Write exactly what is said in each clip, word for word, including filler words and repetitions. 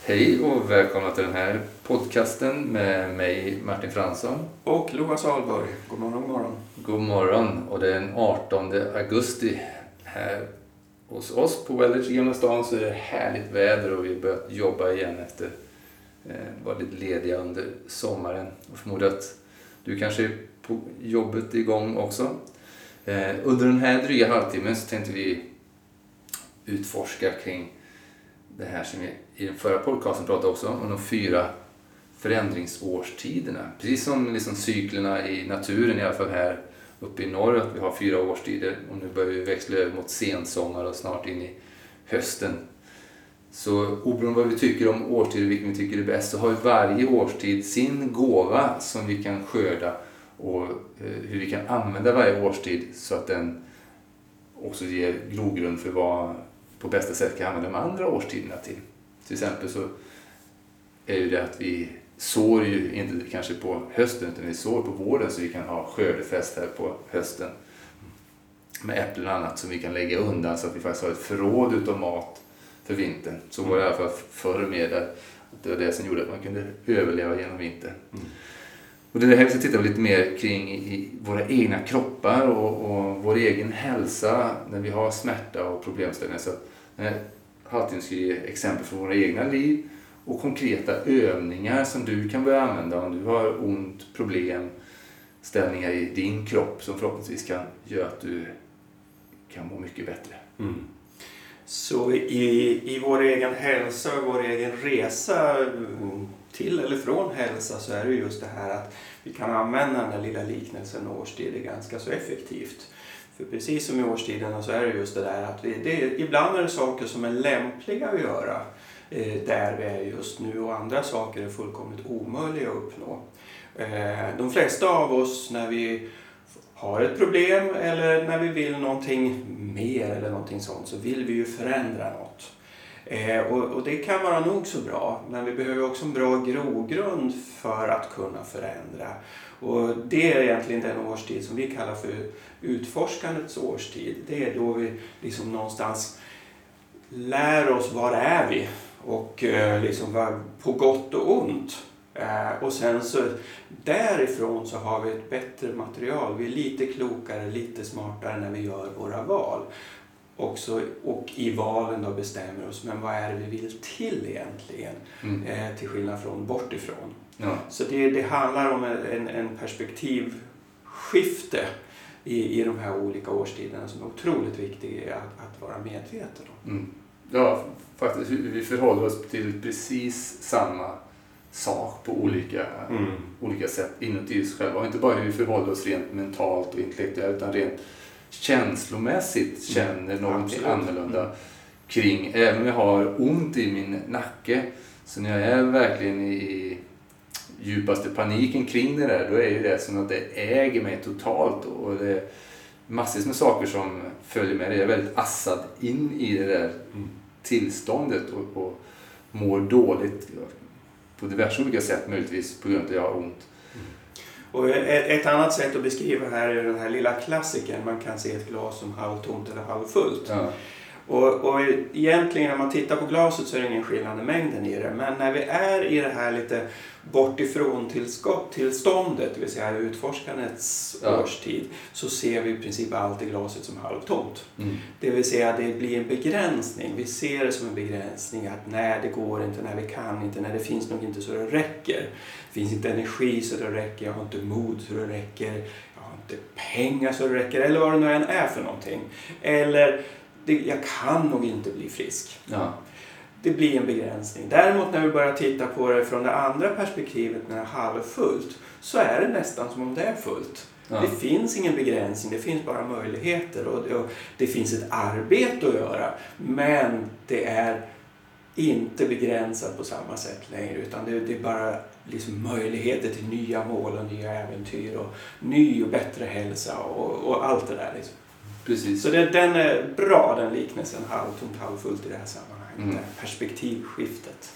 Hej och välkomna till den här podcasten med mig Martin Fransson. Och Loa Salborg. God morgon, god morgon. God morgon, och det är den artonde augusti här hos oss på Wellers i Gamla stan, så är det härligt väder och vi har börjat jobba igen efter eh, var lite lediga under sommaren. Och förmodar att du kanske är på jobbet igång också. Eh, under den här dryga halvtimmen så tänkte vi utforska kring det här som vi i den förra podcasten pratade också om, de fyra förändringsårstiderna. Precis som liksom cyklerna i naturen, i alla fall här uppe i norr, att vi har fyra årstider och nu börjar vi växla över mot sensommar och snart in i hösten. Så oberoende vad vi tycker om årstider, vilken vi tycker är bäst, så har vi varje årstid sin gåva som vi kan skörda och hur vi kan använda varje årstid så att den också ger grogrund för vad på bästa sätt kan använda de andra årstiderna till. Till exempel så är ju det att vi sår ju inte kanske på hösten utan vi sår på våren, så vi kan ha skördefest här på hösten med äpplen och annat som vi kan lägga undan så att vi faktiskt har ett förråd utav mat för vintern. Så var det i alla fall förr med där, att det var det som gjorde att man kunde överleva genom vintern. Mm. Och det är det här vi ska titta lite mer kring i våra egna kroppar och, och vår egen hälsa när vi har smärta och problemställningar. Så den här halvtimmen ska ge exempel från våra egna liv och konkreta övningar som du kan börja använda om du har ont, problem, ställningar i din kropp som förhoppningsvis kan göra att du kan må mycket bättre. Mm. Så i, i vår egen hälsa och vår egen resa till eller från hälsa så är det just det här att vi kan använda den där lilla liknelsen årstider ganska så effektivt. För precis som i årstiderna så är det just det där att vi, det, ibland är det saker som är lämpliga att göra eh, där vi är just nu, och andra saker är fullkomligt omöjliga att uppnå. Eh, de flesta av oss när vi har ett problem eller när vi vill någonting mer eller någonting sånt, så vill vi ju förändra något. Eh, och, och det kan vara nog så bra, men vi behöver också en bra grogrund för att kunna förändra. Och det är egentligen den årstid som vi kallar för utforskandets årstid. Det är då vi liksom någonstans lär oss var är vi och eh, liksom var på gott och ont. Eh, och sen så därifrån så har vi ett bättre material. Vi är lite klokare, lite smartare när vi gör våra val. Också, och i valen då bestämmer oss, men vad är det vi vill till egentligen? Mm. Eh, till skillnad från bortifrån. Ja. Så det, det handlar om en, en perspektivskifte i, i de här olika årstiderna som är otroligt viktiga att, att vara medveten om. Mm. Ja, faktiskt. Vi förhåller oss till precis samma sak på olika, mm. olika sätt inuti oss själva. Och inte bara hur vi förhåller oss rent mentalt och intellektuellt, utan rent känslomässigt känner mm. någonting Absolut. annorlunda mm. kring. Även om jag har ont i min nacke, så när jag är verkligen i djupaste paniken kring det där, då är ju det som att det äger mig totalt, och det är massor med saker som följer med det. Jag är väldigt assad in i det där mm. tillståndet och, och mår dåligt på diverse olika sätt, möjligtvis på grund av att jag har ont. Mm. Och ett annat sätt att beskriva här är den här lilla klassikern. Man kan se ett glas som halvtomt eller halvfullt. Ja. Och, och egentligen när man tittar på glaset så är det ingen skillnad i mängden i det. Men när vi är i det här lite bortifrån tillståndet, det vill säga utforskandets ja. årstid, så ser vi i princip alltid glaset som halvtomt. Mm. Det vill säga det blir en begränsning. Vi ser det som en begränsning att nej, det går inte, när vi kan inte, när det finns nog inte så det räcker. Det finns inte energi så det räcker, jag har inte mod så det räcker, jag har inte pengar så det räcker, eller vad det nu än är för någonting. Eller det, jag kan nog inte bli frisk. Ja. Det blir en begränsning. Däremot när vi börjar titta på det från det andra perspektivet, när det är halvfullt, så är det nästan som om det är fullt. Ja. Det finns ingen begränsning, det finns bara möjligheter och det, och det finns ett arbete att göra, men det är inte begränsat på samma sätt längre, utan det, det är bara liksom möjligheter till nya mål och nya äventyr och ny och bättre hälsa och, och allt det där liksom. Precis. Så det, den är bra, den liknelsen, halvtomt, halvfullt i det här sammanhanget. Mm. Det här perspektivskiftet.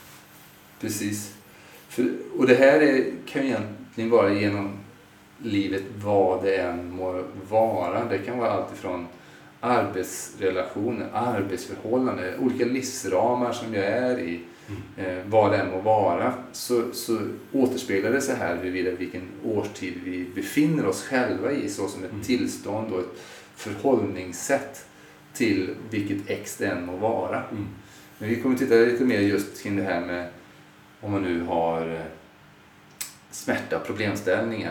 Precis. För, och det här är, kan ju egentligen vara genom livet vad det än må vara. Det kan vara allt ifrån arbetsrelationer, arbetsförhållanden, olika livsramar som jag är i, mm. eh, vad det än må vara, så, så återspeglar det sig här huruvida vilken årstid vi befinner oss själva i, så som ett mm. tillstånd och ett förhållningssätt till vilket ex det än må vara. Mm. Men vi kommer titta lite mer just kring det här med om man nu har smärta, problemställningar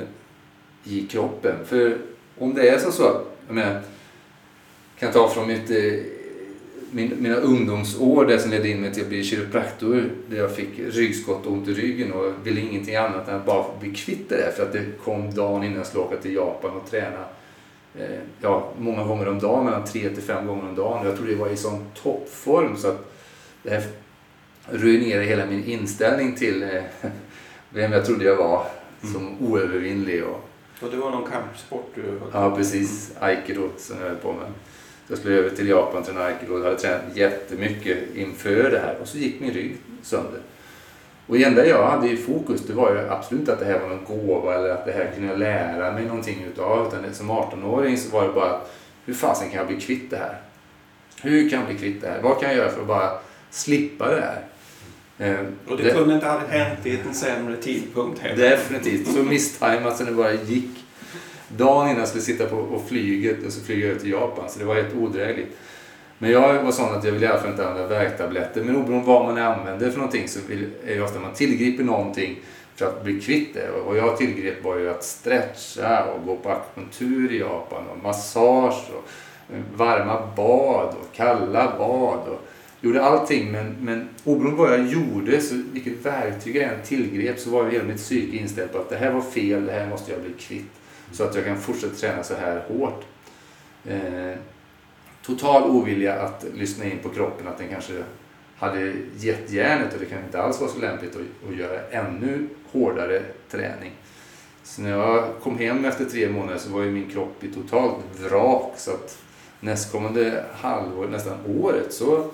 i kroppen. För om det är som så, jag menar, kan ta från mitt, min, mina ungdomsår där som ledde in mig till att bli kiropraktor, där jag fick ryggskott och ont i ryggen och ville ingenting annat än att bara bli kvitt det där, för att det kom dagen innan jag skulle åka till Japan och träna eh, ja, många gånger om dagen, mellan tre till fem gånger om dagen. Jag tror det var i sån toppform så att det här ruinerade hela min inställning till eh, vem jag trodde jag var som mm. oövervinnlig. Och, och det var någon kampsport du höll på? Ja, precis. Aikido som jag höll på med. Jag skulle över till Japan och träna Aikido. Jag hade tränat jättemycket inför det här. Och så gick min rygg sönder. Och det enda jag hade i fokus, det var ju absolut att det här var någon gåva eller att det här kunde jag lära mig någonting utav. Utan som arton-åring så var det bara, hur fasen kan jag bli kvitt det här? Hur kan jag bli kvitt det här? Vad kan jag göra för att bara slippa det här? Och det, det kunde inte ha hänt i en sämre tidpunkt heller. Definitivt. Så misstajmat så det bara gick. Dagen innan jag skulle sitta på och flyget och så flyga ut till Japan. Så det var helt odrägligt. Men jag var sån att jag ville i alla fall inte använda värktabletter. Men oberoende vad man använder för någonting så vill, är det ofta man tillgriper någonting för att bli kvitt det. Och jag tillgrep var ju att stretcha och gå på akupunktur i Japan. Och massage och varma bad och kalla bad och gjorde allting, men, men oberoende vad jag gjorde, så vilket verktyg jag än tillgrep, så var ju hela mitt psyke inställt på att det här var fel, det här måste jag bli kvitt. Så att jag kan fortsätta träna så här hårt. Eh, total ovilja att lyssna in på kroppen, att den kanske hade gett järnet och det kan inte alls vara så lämpligt att, att göra ännu hårdare träning. Så när jag kom hem efter tre månader så var ju min kropp i totalt vrak, så att nästkommande halvår, nästan året, så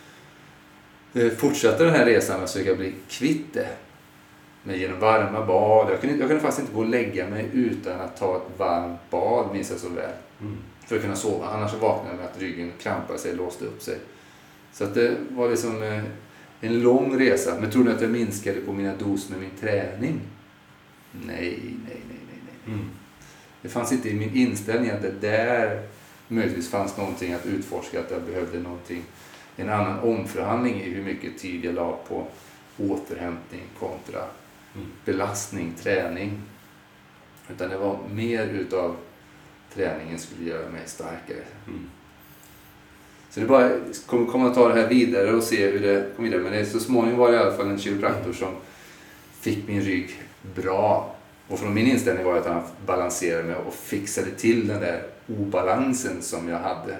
fortsatte den här resan att försöka bli kvitt det. Men genom varma bad. Jag kunde, jag kunde faktiskt inte gå och lägga mig utan att ta ett varmt bad, minns jag så väl. Mm. För att kunna sova. Annars vaknade jag med att ryggen krampade sig, låste upp sig. Så att det var liksom en lång resa. Men tror du att jag minskade på mina dos med min träning? Nej, nej, nej, nej, nej. Mm. Det fanns inte i min inställning att det där möjligtvis fanns någonting att utforska, att jag behövde någonting. En annan omförhandling i hur mycket tid jag la på återhämtning kontra mm. belastning, träning. Utan det var mer utav träningen skulle göra mig starkare. Mm. Så det bara kommer komma att ta det här vidare och se hur det kommer vidare. Men det, så småningom var det i alla fall en kiropraktor som fick min rygg bra. Och från min inställning var att han balanserade mig och fixade till den där obalansen som jag hade.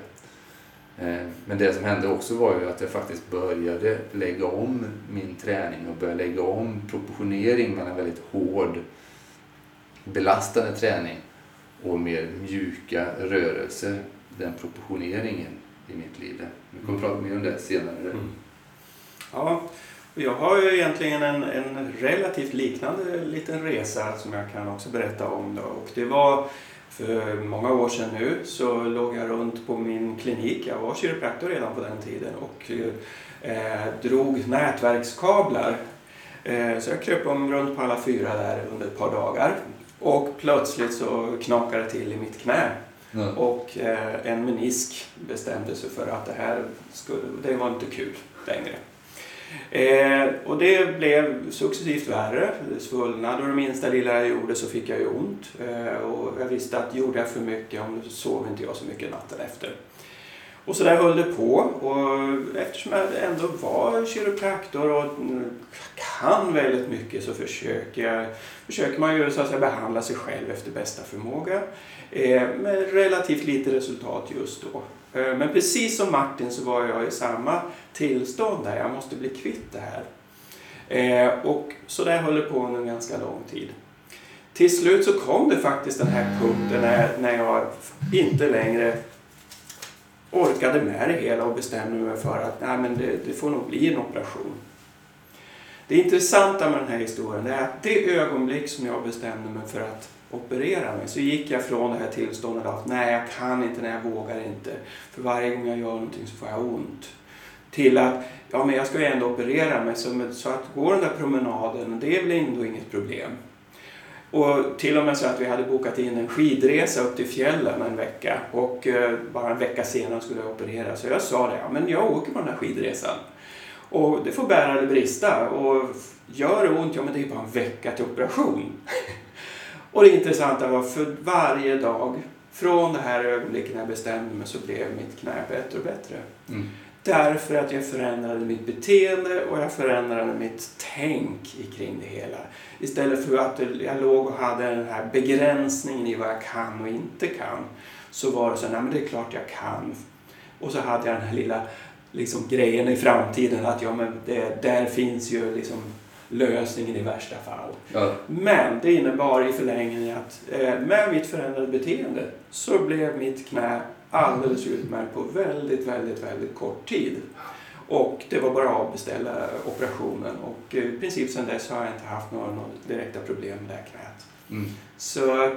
Men det som hände också var ju att jag faktiskt började lägga om min träning och började lägga om proportionering mellan väldigt hård belastande träning och mer mjuka rörelser, den proportioneringen i mitt liv. Vi kommer att prata mer om det senare. Mm. Ja, jag har ju egentligen en, en relativt liknande liten resa som jag kan också berätta om då. Och det var för många år sedan nu, så låg jag runt på min klinik. Jag var kiropraktor redan på den tiden och eh, drog nätverkskablar. Eh, så jag kröp om runt på alla fyra där under ett par dagar. Och plötsligt så knakade det till i mitt knä. Mm. Och eh, en menisk bestämde sig för att det här skulle, det var inte kul längre. Eh, och det blev successivt värre. Det svullnade och det minsta lilla jag gjorde så fick jag ju ont. Eh, och jag visste att gjorde jag för mycket, om så sov inte jag så mycket natten efter. Och så där höll det på. Och eftersom jag ändå var kiropraktor och kan väldigt mycket, så försöker, försöker man ju så att säga behandla sig själv efter bästa förmåga. Eh, med relativt lite resultat just då. Men precis som Martin så var jag i samma tillstånd där jag måste bli kvitt det här. Eh, och så där höll det på under en ganska lång tid. Till slut så kom det faktiskt den här punkten när, när jag inte längre orkade med det hela och bestämde mig för att nej, men det, det får nog bli en operation. Det intressanta med den här historien är att det ögonblick som jag bestämde mig för att operera mig så gick jag från det här tillståndet att nej, jag kan inte, nej, jag vågar inte. För varje gång jag gör någonting så får jag ont. Till att ja, men jag ska ju ändå operera mig så, så att gå den där promenaden, det är väl ändå inget problem. Och till och med så att vi hade bokat in en skidresa upp till fjällen en vecka och eh, bara en vecka senare skulle jag operera. Så jag sa det, ja men jag åker på den här skidresan. Och det får bära eller brista. Och gör det ont, ja men det är bara en vecka till operation. Och det intressanta var för varje dag, från det här ögonblicket när jag bestämde mig så blev mitt knä bättre och bättre. Mm. Därför att jag förändrade mitt beteende och jag förändrade mitt tänk kring det hela. Istället för att jag låg och hade den här begränsningen i vad jag kan och inte kan. Så var det så, nej men det är klart jag kan. Och så hade jag den här lilla liksom, grejen i framtiden att ja, men det, där finns ju liksom lösningen i värsta fall. Ja. Men det innebar i förlängningen att eh, med mitt förändrade beteende så blev mitt knä alldeles utmärkt på väldigt, väldigt, väldigt kort tid. Och det var bara att avbeställa operationen. Och i princip sedan dess har jag inte haft några, några direkta problem med det här knät. Mm. Så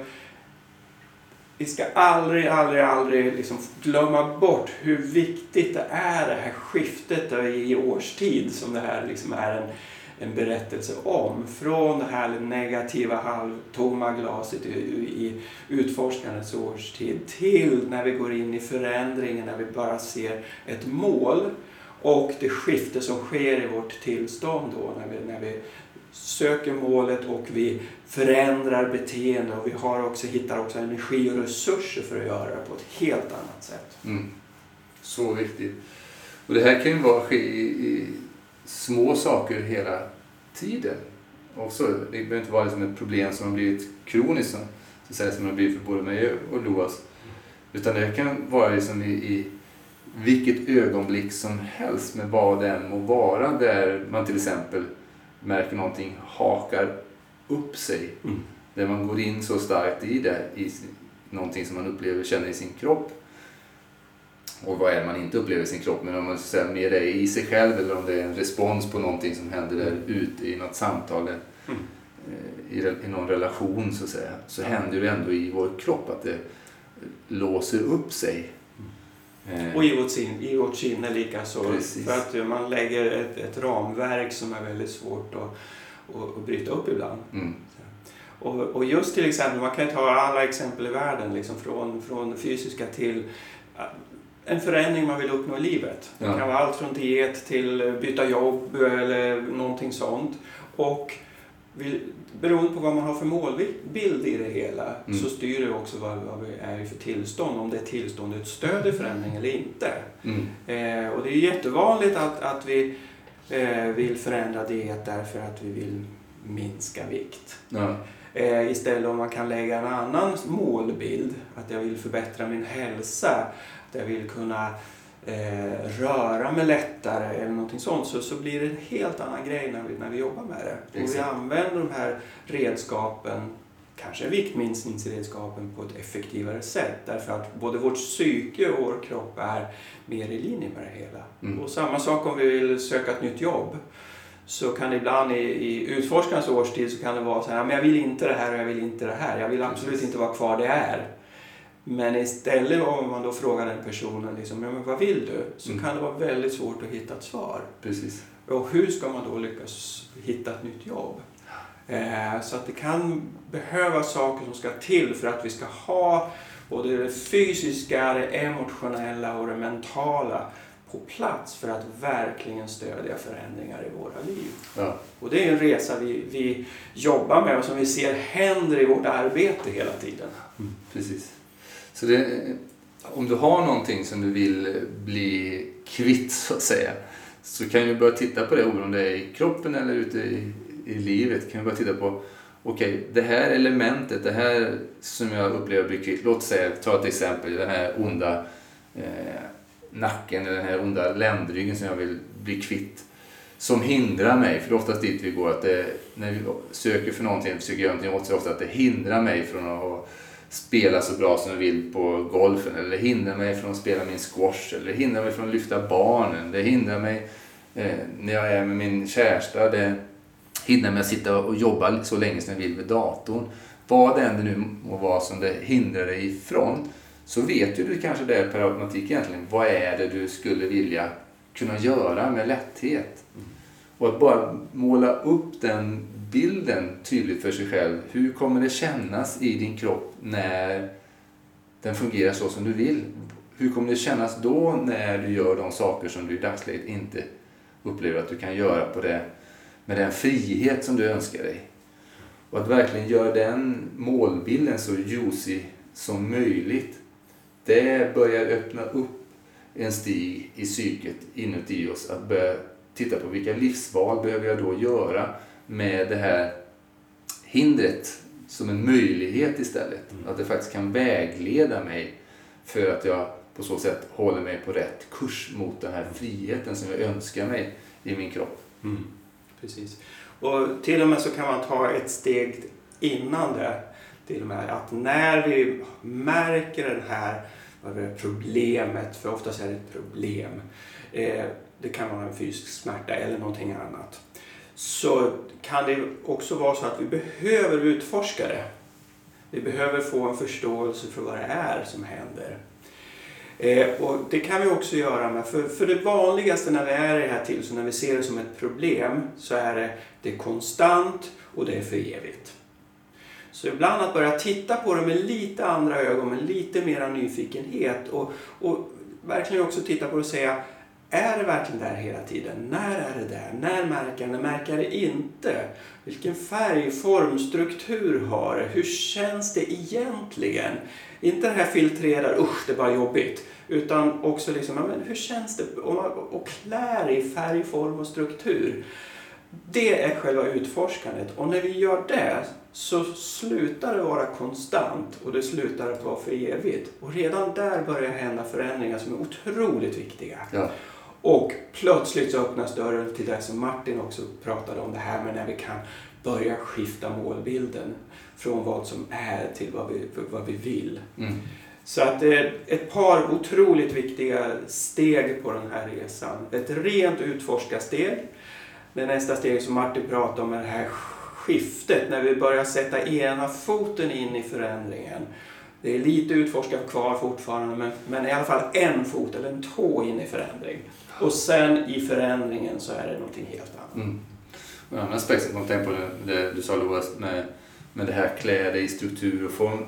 vi ska aldrig, aldrig, aldrig liksom glömma bort hur viktigt det är det här skiftet i årstid som det här liksom är en, en berättelse om. Från det här negativa halvtomma glaset i, i utforskandets årstid till när vi går in i förändringen, när vi bara ser ett mål. Och det skifte som sker i vårt tillstånd då när vi, när vi söker målet och vi förändrar beteende och vi har också, hittar också energi och resurser för att göra det på ett helt annat sätt. Mm. Så viktigt. Och det här kan ju vara ske i, i små saker hela tiden. Också, det behöver inte vara liksom ett problem som har blivit kroniskt som, så säga, som har blivit för både mig och Loas. Utan det kan vara liksom i, i vilket ögonblick som helst med vad den må vara där man till exempel märker någonting hakar upp sig. Mm. Där man går in så starkt i det, i någonting som man upplever, känner i sin kropp. Och vad är det man inte upplever i sin kropp, men om man säger mer det i sig själv eller om det är en respons på någonting som händer där ute i något samtal mm. i, i någon relation så att säga, så ja. händer det ändå i vår kropp att det låser upp sig. Mm. Och i vårt, sin, i vårt sinne lika så. Precis. För att man lägger ett, ett ramverk som är väldigt svårt att, att, att bryta upp ibland. Mm. Och, och just till exempel, man kan ta alla exempel i världen liksom från, från fysiska till en förändring man vill uppnå i livet. Det kan vara allt från diet till byta jobb eller någonting sånt. Och vi, beroende på vad man har för målbild i det hela mm. så styr det också vad, vad vi är i för tillstånd. Om det tillståndet stöder förändring eller inte. Mm. Eh, och det är jättevanligt att, att vi eh, vill förändra diet därför att vi vill minska vikt. Ja. Eh, istället om man kan lägga en annan målbild. Att jag vill förbättra min hälsa. Att jag vill kunna eh, röra mig lättare eller någonting sånt. Så, så blir det en helt annan grej när vi, när vi jobbar med det. Och vi använder de här redskapen, kanske viktminskningsredskapen, på ett effektivare sätt. Därför att både vårt psyke och vår kropp är mer i linje med det hela. Mm. Och samma sak om vi vill söka ett nytt jobb. Så kan det ibland i, i utforskarens årstid så kan det vara så här, men jag vill inte det här och jag vill inte det här. Jag vill absolut inte vara kvar det är. Men istället om man då frågar den personen liksom, men vad vill du? Så mm. kan det vara väldigt svårt att hitta ett svar. Precis. Och hur ska man då lyckas hitta ett nytt jobb? Eh, så att det kan behöva saker som ska till för att vi ska ha både det fysiska, det emotionella och det mentala på plats för att verkligen stödja förändringar i våra liv. Ja. Och det är en resa vi, vi jobbar med och som vi ser händer i vårt arbete hela tiden. Mm. Precis. Så det, om du har någonting som du vill bli kvitt så att säga, så kan du börja titta på det, om det är i kroppen eller ute i, i livet. Kan du börja titta på, okej, okay, det här elementet, det här som jag upplever bli kvitt. Låt säga, ta ett exempel, den här onda eh, nacken eller den här onda ländryggen som jag vill bli kvitt. Som hindrar mig, för det är oftast dit vi går, att det, när vi söker för någonting, försöker göra någonting åt sig, ofta att det hindrar mig från att spela så bra som jag vill på golfen, eller hindrar mig från att spela min squash, eller hindrar mig från att lyfta barnen, det hindrar mig eh, när jag är med min kärsta, det hindrar mig att sitta och jobba så länge som jag vill vid datorn. vad det än det nu må vara som det hindrar dig ifrån, så vet ju du kanske där per automatik egentligen vad är det du skulle vilja kunna göra med lätthet. Mm. Och att bara måla upp den bilden tydligt för sig själv. Hur kommer det kännas i din kropp när den fungerar så som du vill? Hur kommer det kännas då när du gör de saker som du i dagsläget inte upplever att du kan göra på det, med den frihet som du önskar dig? Och att verkligen göra den målbilden så juicy som möjligt. Det börjar öppna upp en stig i psyket inuti oss. Att börja titta på vilka livsval behöver jag då göra med det här hindret som en möjlighet istället. Mm. Att det faktiskt kan vägleda mig för att jag på så sätt håller mig på rätt kurs mot den här friheten som jag önskar mig i min kropp. Mm. Precis. Och till och med så kan man ta ett steg innan det. Till och med att när vi märker den här vad är det, problemet, för oftast är det ett problem. Eh, det kan vara en fysisk smärta eller någonting annat. Så kan det också vara så att vi behöver utforska det. Vi behöver få en förståelse för vad det är som händer. Eh, och det kan vi också göra med, för, för det vanligaste när vi är i det här till, så när vi ser det som ett problem, så är det, det är konstant och det är för evigt. Så ibland att börja titta på det med lite andra ögon, med lite mera nyfikenhet och, och verkligen också titta på det och säga, är det verkligen där hela tiden? När är det där? När märker jag? När märker jag det inte? Vilken färg, form, struktur har det? Hur känns det egentligen? Inte det här filtrerar, usch det är bara jobbigt. Utan också liksom, men hur känns det? Och, och klär i färg, form och struktur. Det är själva utforskandet. Och när vi gör det så slutar det vara konstant och det slutar att vara för evigt. Och redan där börjar hända förändringar som är otroligt viktiga. Ja. Och plötsligt så öppnas dörren till det som Martin också pratade om, det här med när vi kan börja skifta målbilden från vad som är till vad vi, vad vi vill. Mm. Så att det är ett par otroligt viktiga steg på den här resan. Ett rent utforskarsteg. Det nästa steg som Martin pratade om är det här skiftet när vi börjar sätta ena foten in i förändringen. Det är lite utforskat kvar fortfarande, men, men i alla fall en fot eller en tå in i förändring. Och sen i förändringen så är det någonting helt annat. Mm. En annan aspekt som jag tänkte på det, det du sa Loas, med, med det här kläder i struktur och form.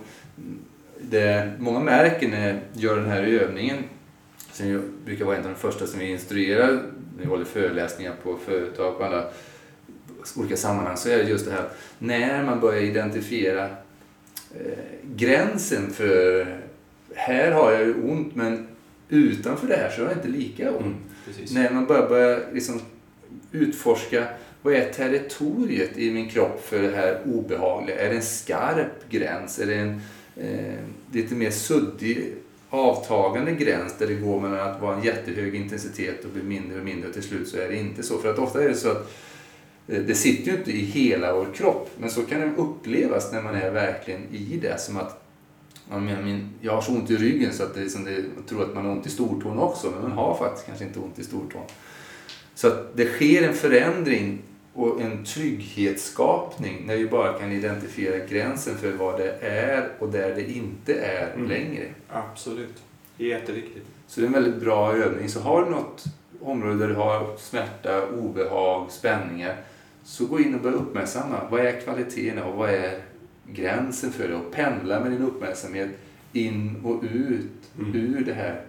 Det, många märken när gör den här övningen, som brukar vara en av de första som vi instruerar när vi håller föreläsningar på företag och alla olika sammanhang, så är det just det här när man börjar identifiera eh, gränsen för här har jag ju ont, men utanför det här så har jag inte lika ont. Mm, när man börjar, börjar liksom utforska vad är territoriet i min kropp för det här obehagliga. Är det en skarp gräns? Är det en eh, lite mer suddig avtagande gräns där det går mellan att vara en jättehög intensitet och bli mindre och mindre och till slut så är det inte så. För att ofta är det så att det sitter ju inte i hela vår kropp, men så kan det upplevas när man är verkligen i det, som att jag, menar, min, jag har så ont i ryggen så att det, som det, jag tror att man har ont i stortån också, men man har faktiskt kanske inte ont i stortån. Så att det sker en förändring och en trygghetsskapning när vi bara kan identifiera gränsen för vad det är och där det inte är mm. längre. Absolut, det är jätteviktigt. Så det är en väldigt bra övning. Så har du något område där du har smärta, obehag, spänningar, så gå in och börja uppmärksamma. Vad är kvaliteterna och vad är gränsen för det? Och pendla med din uppmärksamhet in och ut mm. ur det här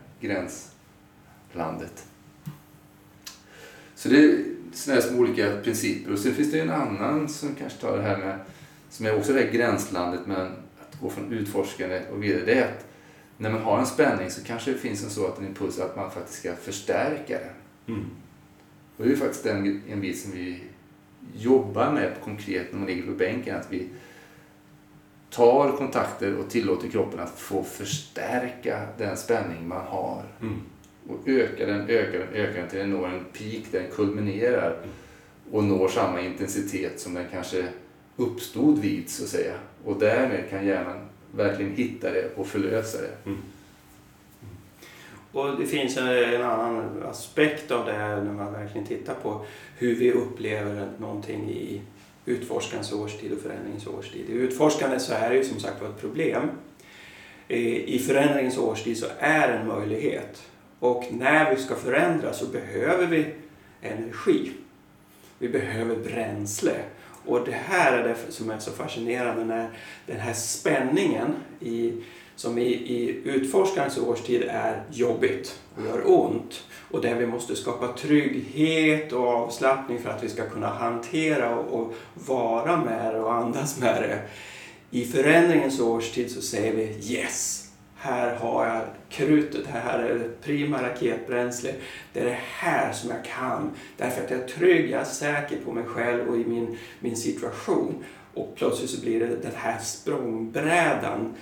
gränslandet. Så det är sådana små olika principer. Och sen finns det en annan som kanske tar det här med, som är också det här gränslandet med att gå från utforskande och vidare. Det är att när man har en spänning så kanske det finns en så att en impuls att man faktiskt ska förstärka den. Mm. Och det är ju faktiskt en, en bit som vi jobbar med konkret när man ligger på bänken. Att vi tar kontakter och tillåter kroppen att få förstärka den spänning man har. Mm. Och ökar den, ökar den, ökar den till den når en peak där den kulminerar och når samma intensitet som den kanske uppstod vid, så att säga. Och därmed kan hjärnan verkligen hitta det och förlösa det. Mm. Och det finns en, en annan aspekt av det här när man verkligen tittar på hur vi upplever någonting i, utforskandets årstid och förändringens årstid. I utforskande så är det ju som sagt ett problem. I förändringens årstid så är det en möjlighet. Och när vi ska förändra så behöver vi energi. Vi behöver bränsle. Och det här är det som är så fascinerande, när den här spänningen i, som i, i utforskandets årstid är jobbigt och gör ont. Och där vi måste skapa trygghet och avslappning för att vi ska kunna hantera och, och vara med det och andas med det. I förändringens årstid så säger vi yes, här har jag krutet, här är det prima raketbränsle. Det är det här som jag kan, därför att jag är trygg, jag är säker på mig själv och i min, min situation. Och plötsligt så blir det den här språngbrädan,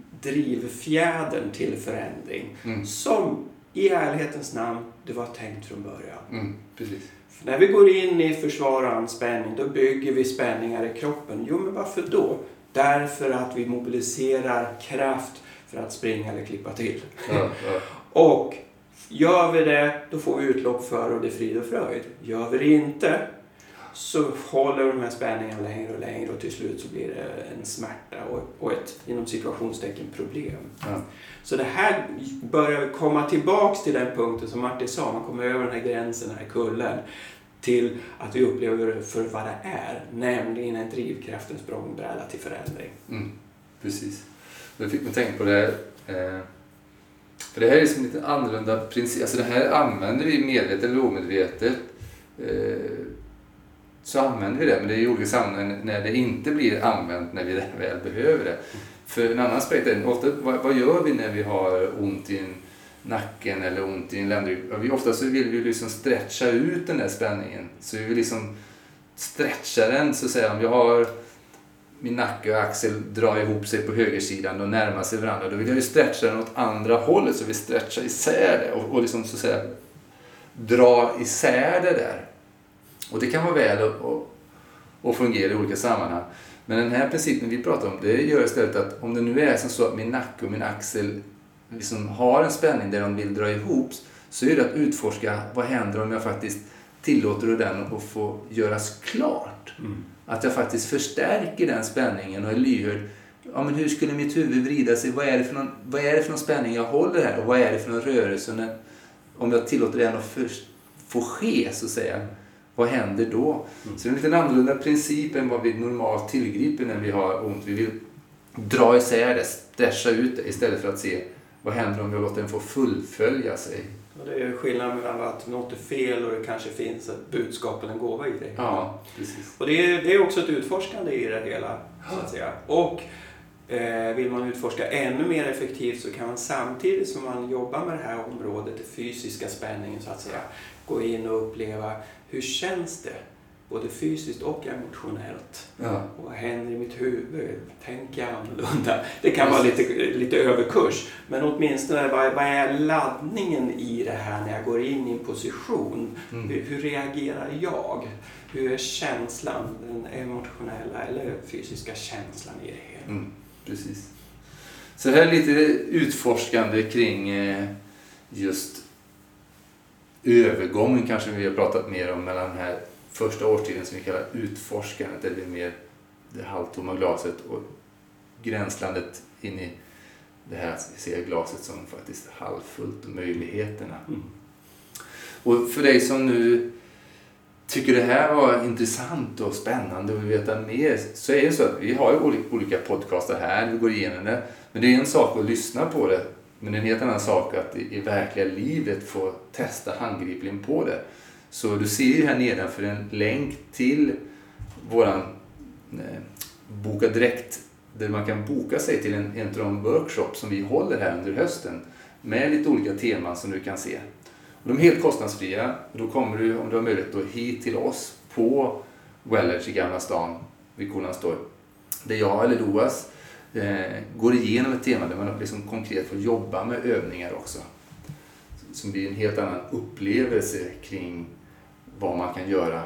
drivfjädern till förändring. Mm. Som i ärlighetens namn, det var tänkt från början. Mm, precis. För när vi går in i försvar och anspänning, då bygger vi spänningar i kroppen. Jo, men varför då? Därför att vi mobiliserar kraft för att springa eller klippa till. Ja, ja. Och gör vi det, då får vi utlopp för och det är frid och fröjd. Gör vi det inte, så håller de här spänningarna längre och längre och till slut så blir det en smärta och, och ett inom situationstecken problem. Ja. Så det här börjar komma tillbaks till den punkten som Martin sa, man kommer över den här gränsen, den här kullen, till att vi upplever det för vad det är, nämligen en drivkraft, en språngbräda till förändring. Mm, precis. Jag fick mig tänka på det. Eh, för det här är liksom lite annorlunda princip. Alltså det här använder vi medvetet eller omedvetet. Eh, så använder vi det, men det är i olika sammanhang när det inte blir använt när vi väl behöver det. För en annan aspekt är ofta, vad, vad gör vi när vi har ont i en nacken eller ont i en ländrygg? Ofta så vill vi liksom stretcha ut den där spänningen. Så vi vill liksom stretcha den, så att säga. Om jag har min nacke och axel drar ihop sig på högersidan och närmar sig varandra, då vill jag ju stretcha den åt andra hållet, så vi stretchar isär det och, och liksom så att säga dra isär det där. Och det kan vara väl att, att, att fungera i olika sammanhang. Men den här principen vi pratar om, det gör istället att om det nu är som så att min nacke och min axel liksom har en spänning där de vill dra ihop, så är det att utforska vad händer om jag faktiskt tillåter den att få göras klart. Mm. Att jag faktiskt förstärker den spänningen och är lyhörd. Ja, men hur skulle mitt huvud vrida sig? Vad är det för någon, vad är det för någon spänning jag håller här? Och vad är det för någon rörelse? När, om jag tillåter den att först få ske, så att säga. Vad händer då? Mm. Så det är en lite annorlunda princip än vad vi normalt tillgriper när vi har ont. Vi vill dra isär det, stretcha ut det istället för att se vad händer om jag låter den få fullfölja sig. Och det är skillnaden mellan att något är fel och det kanske finns ett budskap eller en gåva i det. Ja, precis. Och det är, det är också ett utforskande i det hela, så att säga. Och eh, vill man utforska ännu mer effektivt, så kan man samtidigt som man jobbar med det här området, det fysiska spänningen, så att säga, gå in och uppleva hur känns det, både fysiskt och emotionellt. Ja. Och vad händer i mitt huvud? Tänker jag annorlunda? Det kan vara lite, lite överkurs. Men åtminstone, vad, vad är laddningen i det här när jag går in i en position? Mm. Hur, hur reagerar jag? Hur är känslan, den emotionella eller fysiska känslan i det hela? Mm, precis. Så här är lite utforskande kring eh, just övergången, kanske vi har pratat mer om, mellan den här första årstiden som vi kallar utforskandet, eller mer det halvtomma glaset, och gränslandet in i det här att vi ser glaset som faktiskt halvfullt och möjligheterna. Mm. Och för dig som nu tycker det här var intressant och spännande och vill veta mer, så är det så att vi har ju olika podcaster här, vi går igenom det, men det är en sak att lyssna på det, men det är en helt annan sak att i verkliga livet få testa handgripligen på det. Så du ser ju här nedanför en länk till våran eh, Boka Direkt, där man kan boka sig till en, en av de workshop som vi håller här under hösten med lite olika teman som du kan se. Och de är helt kostnadsfria, och då kommer du, om du har möjlighet, då hit till oss på Wellers i Gamla stan vid Kolan står, där jag eller Loas eh, går igenom ett tema där man liksom konkret får jobba med övningar också, som blir en helt annan upplevelse kring vad man kan göra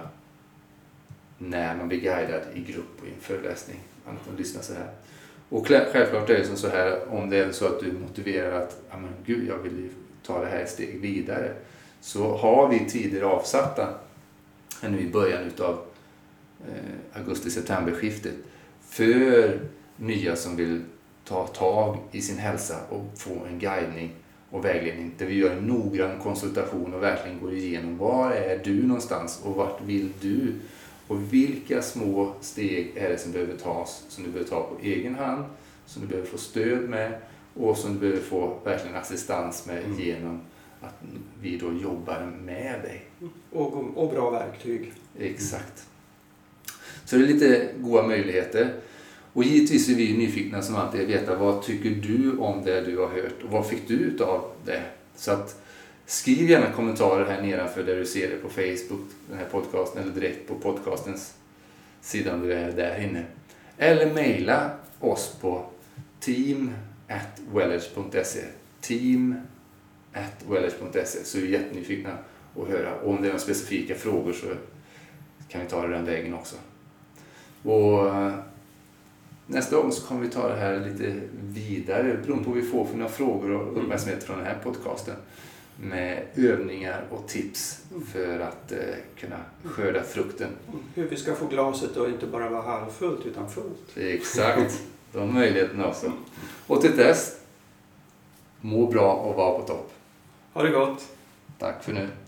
när man blir guidad i grupp och i en föreläsning. Annat än lyssna så här. Och självklart är det som så här, om det är så att du motiverar att ja, men gud, jag vill ta det här ett steg vidare, så har vi tider avsatta nu i början utav eh, augusti-september-skiftet för nya som vill ta tag i sin hälsa och få en guidning och vägledning där vi gör en noggrann konsultation och verkligen går igenom var är du någonstans och vart vill du och vilka små steg är det som behöver tas, som du behöver ta på egen hand, som du behöver få stöd med och som du behöver få verkligen assistans med mm. genom att vi då jobbar med dig. Och, och bra verktyg. Exakt. Så det är lite goda möjligheter. Och givetvis är vi nyfikna som alltid att veta vad tycker du om det du har hört och vad fick du ut av det. Så att skriv gärna kommentarer här nedanför där du ser det på Facebook, den här podcasten eller direkt på podcastens sida om du är där inne. Eller mejla oss på team at wellage punkt se team at wellage punkt se så är vi jättenyfikna att höra. Och om det är några specifika frågor så kan vi ta det den vägen också. Och nästa gång så kommer vi ta det här lite vidare beroende på vad vi får för några frågor och uppmärksamhet från den här podcasten med övningar och tips för att eh, kunna skörda frukten. Hur vi ska få glaset att inte bara vara halvfullt utan fullt. Exakt, de möjligheterna också. Och till dess, må bra och var på topp. Ha det gott. Tack för nu.